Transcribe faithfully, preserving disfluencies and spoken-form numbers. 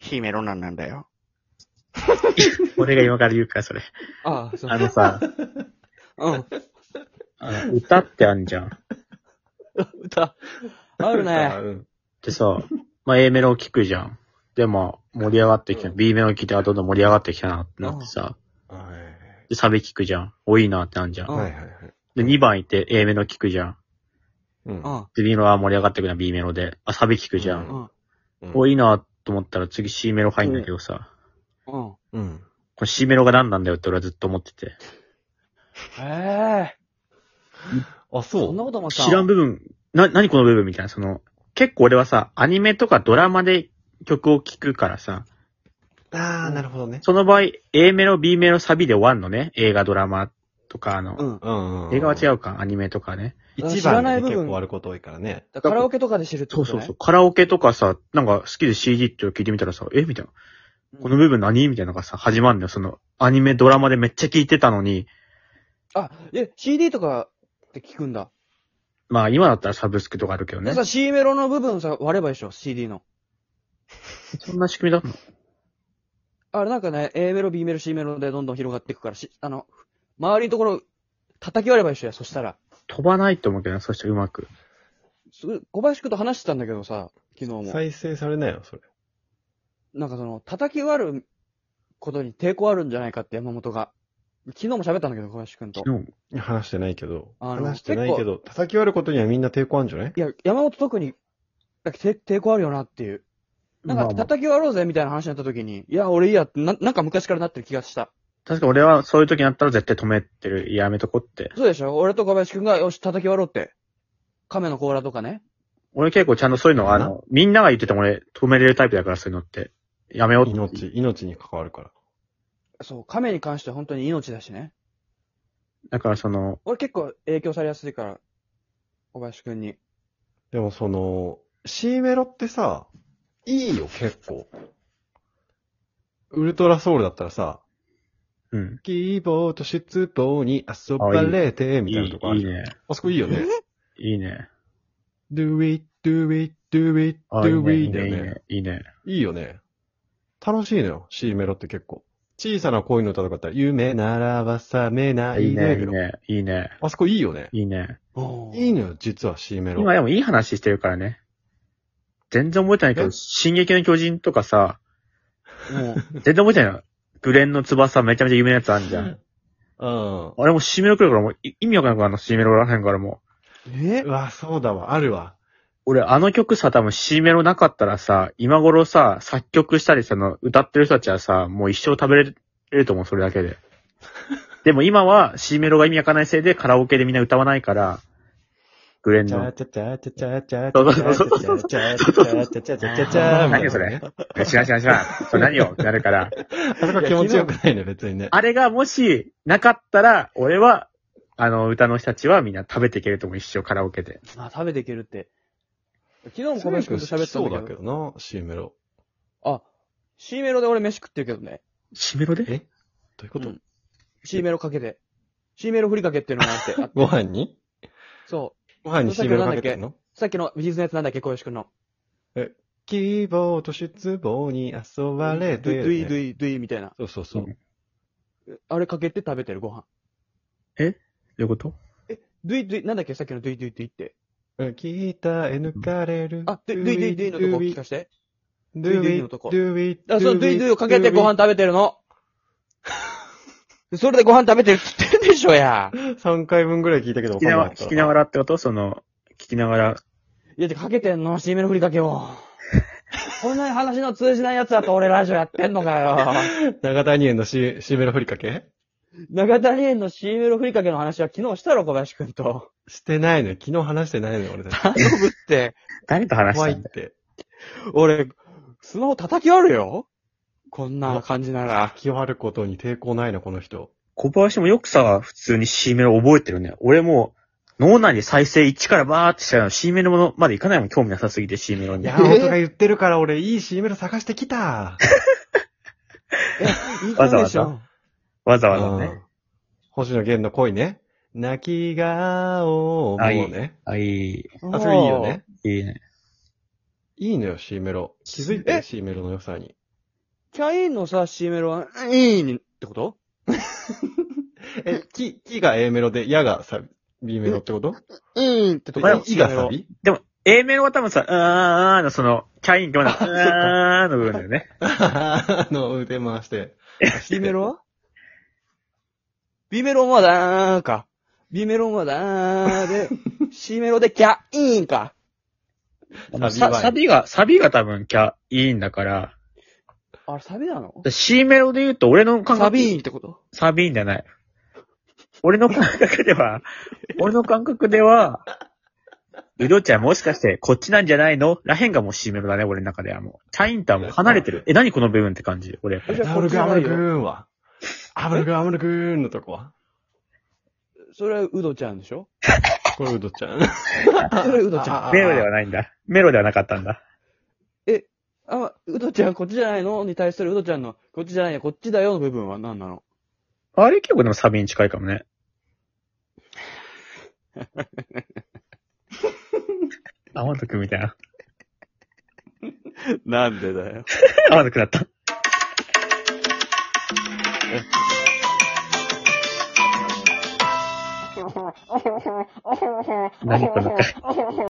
C メロなんなんだよ。 俺が今から言うから、それ。 ああ、そう。 あのさ、 うん。 あの歌ってあんじゃん。 歌。あるね。 うん。 でさ、まあ A メロを聞くじゃん。で、まあ盛り上がってきた。 うん B メロ聞いて、あ、どんどん盛り上がってきたなってなってさ。 はいで、サビ聞くじゃん。お、いいなってなんじゃん。 うんはいはいはい。 で、にばんいて A メロ聞くじゃん。 うんうん。 で、B メロは盛り上がってくるな、B メロで。あ、サビ聞くじゃ。 うんん。 うんお、いいなと思ったら次 C メロ入んだけどさ。 うん。 うん。 これ C メロが何なんだよって俺はずっと思ってて。 へえ。 あ、そう。 そんなこともさ。 知らん部分、な、なにこの部分みたいな、その、結構俺はさ、アニメとかドラマで曲を聴くからさ、 ああ、なるほどね。 その場合、A メロ、B メロ、サビで終わんのね。映画、ドラマとか、あの、 うん。 うんうん。 映画は違う。 うか、アニメとかね。 一知ら番でねない部分結構あること多いからね。 カラオケとかで知るってことね。 そうそうそう。カラオケとかさ、なんか好きで シーディー って聞いてみたらさ、えみたいな。この部分何みたいなのがさ、始まんのよ。その、アニメ、ドラマでめっちゃ聞いてたのに、 あ、え、シーディー とかって聞くんだ。 まあ今だったらサブスクとかあるけどねで。さ、C メロの部分さ、割ればいいでしょ、シーディー の。 そんな仕組みだったの？ あれなんかね、A メロ、B メロ、C メロでどんどん広がっていくから、し、あの、周りのところ、叩き割ればいいでしょや、そしたら。 飛ばないと思うけどな、そしてうまく。 すごい小林くんと話してたんだけどさ、昨日も。 再生されないよ、それ。 なんかその、叩き割ることに抵抗あるんじゃないかって山本が。昨日も喋ったんだけど、小林くんと。 昨日も。 いや話してないけど。 あの話してないけど、叩き割ることにはみんな抵抗あるんじゃないいや、山本特に、だけ抵抵抗あるよなっていう。なんか、 まあまあ叩き割ろうぜみたいな話になった時に、いや、俺いいやってな、なんか昔からなってる気がした。 確か俺はそういう時になったら絶対止めてる。やめとこって。 そうでしょ俺と小林くんが、よし、叩き割ろうって。亀の甲羅とかね。 俺結構ちゃんとそういうのは、あの、みんなが言ってても俺止めれるタイプだからそういうのって。やめようって。 命、命に関わるから。 そう、亀に関しては本当に命だしね。 だからその、 俺結構影響されやすいから、小林くんに。 でもその、C メロってさ、いいよ、結構。ウルトラソウルだったらさ、 うん。 キーボード失望に遊ばれて、みたいなとこあるじゃん。 いいいいね。 あそこいいよね。 いいね。 do it, do it, do it, あ、いい do ね。い it いね。いいだよね。 ね。いいね。 いいよね。楽しいのよ、C メロって結構。小さな恋の歌とかだったら、夢ならば覚めないいね。いメロ。 いね。いいね。 あそこいいよね。 いいね。 いいのよ、実は C メロ。 今でもいい話してるからね。全然覚えてないけど、 え進撃の巨人とかさ、 もう、 全然覚えてないの。グレンの翼めちゃめちゃ有名なやつあんじゃん。 うん。 あれも C メロ来るからもうい意味わかんなくなるの C メロらへんからもえうわ、そうだわ、あるわ。 う。俺あの曲さ、多分 C メロなかったらさ、今頃さ、作曲したりさ、の歌ってる人たちはさ、もう一生食べれると思う、それだけで。でも今は C メロが意味わかんないせいでカラオケでみんな歌わないから、グレンの。 チャチャチャチャチャチャチャチャチャチャチャチャチャチャチャチャチャチャ何それ知らん知らん知らん。それ何よってなるから。 あそこ気持ちよくないね、別にね。 あれがもしなかったら、俺は、あの歌の人たちはみんな食べていけると思う、一生カラオケで。 あ、食べていけるって。昨日も小林くんと喋ったそうだんだけど。 けどな、C メロ。 あ、C メロで俺飯食ってるけどね。 C メロでえどういうことうん ?C メロかけて。C メロふりかけっていうのがあって。あご飯にそう。 ご飯に C メロかけてんのさっきの美術のやつなんだっけ、小林くんの。 キーボード失望に遊ばれて。 ドゥイドゥイドゥイみたいな。 そうそうそう。 あれかけて食べてるご飯。 どういうことドゥイドゥイ、なんだっけ、さっきのドゥイドゥイドゥイって。 北へ抜かれる。 あ、ドゥイドゥイドゥイのとこ聞かして。 ドゥイのとこ do it, あ、そのドゥイドゥイをかけてご飯食食べてるの。それでご飯食べてるって言ってるでしょや。 べさんかいぶんぐらい聞いたけど聞きながら、聞きながら。 らってことその、聞きながら。 いや、かけてんの ?C メロふりかけを。こんなに話の通じないやつだと俺ラジオやってんのかよ。 長谷園の C, C メロふりかけ長谷園の C メロふりかけの話は昨日したろ、小林くんと。 してないのよ。昨日話してないのよ、俺たち。 頼むって。 誰と話したんだよ。 怖いって。 俺、スマホ叩き割るよ。こんな感じなら。 気を張ることに抵抗ないの、この人。 小林もよくさ、普通に C メロ覚えてるね。俺もう、脳内で再生いちからバーってしちゃうの。C メロものまでいかないもん、興味なさすぎて C メロに。 山本が言ってるから俺、いい C メロ探してきた。 え、いい感じでしょ。 わざわざね。 うん星野源の恋ね。泣き顔もあ、いいね。。 あ、いい。 あ、それいいよね。 いいね。 いいのよ、C メロ。気づいて、 え C メロの良さに。 キャインのさ、C メロは、いいにってことえ、キ、キが A メロで、ヤがサビ、B メロってこといいってとこでイがサビでも、A メロは多分さ、あーあーのその、キャインってまだ、あーの部分だよね。 あの、腕回して。 C メロは ?B メロはだーか。B メロはだーで、C メロでキャインか。 さサビが、サビが多分キャインだから、 あれ、サビなの C メロで言うと俺の感覚。 サビーンってことサビーンじゃない。俺の感覚では、俺の感覚では、うどちゃんもしかしてこっちなんじゃないのらへんがもう C メロだね、俺の中ではもう。キャインとはもう離れてる。え、何この部分って感じ俺やっぱり。 じゃあアブルグアムルグこっちじゃないよーンはアブルグアムルグーンのとこはそれはうどちゃんでしょこれウドちゃん。 それうどちゃん。 メロではないんだ。メロではなかったんだ。 あ、うどちゃんこっちじゃないのに対するうどちゃんの、こっちじゃないよ、こっちだよの部分は何なのあれ結構でもサビに近いかもね。あ、まとくんみたいな。 なんでだよ。 あまとくなった。何この回。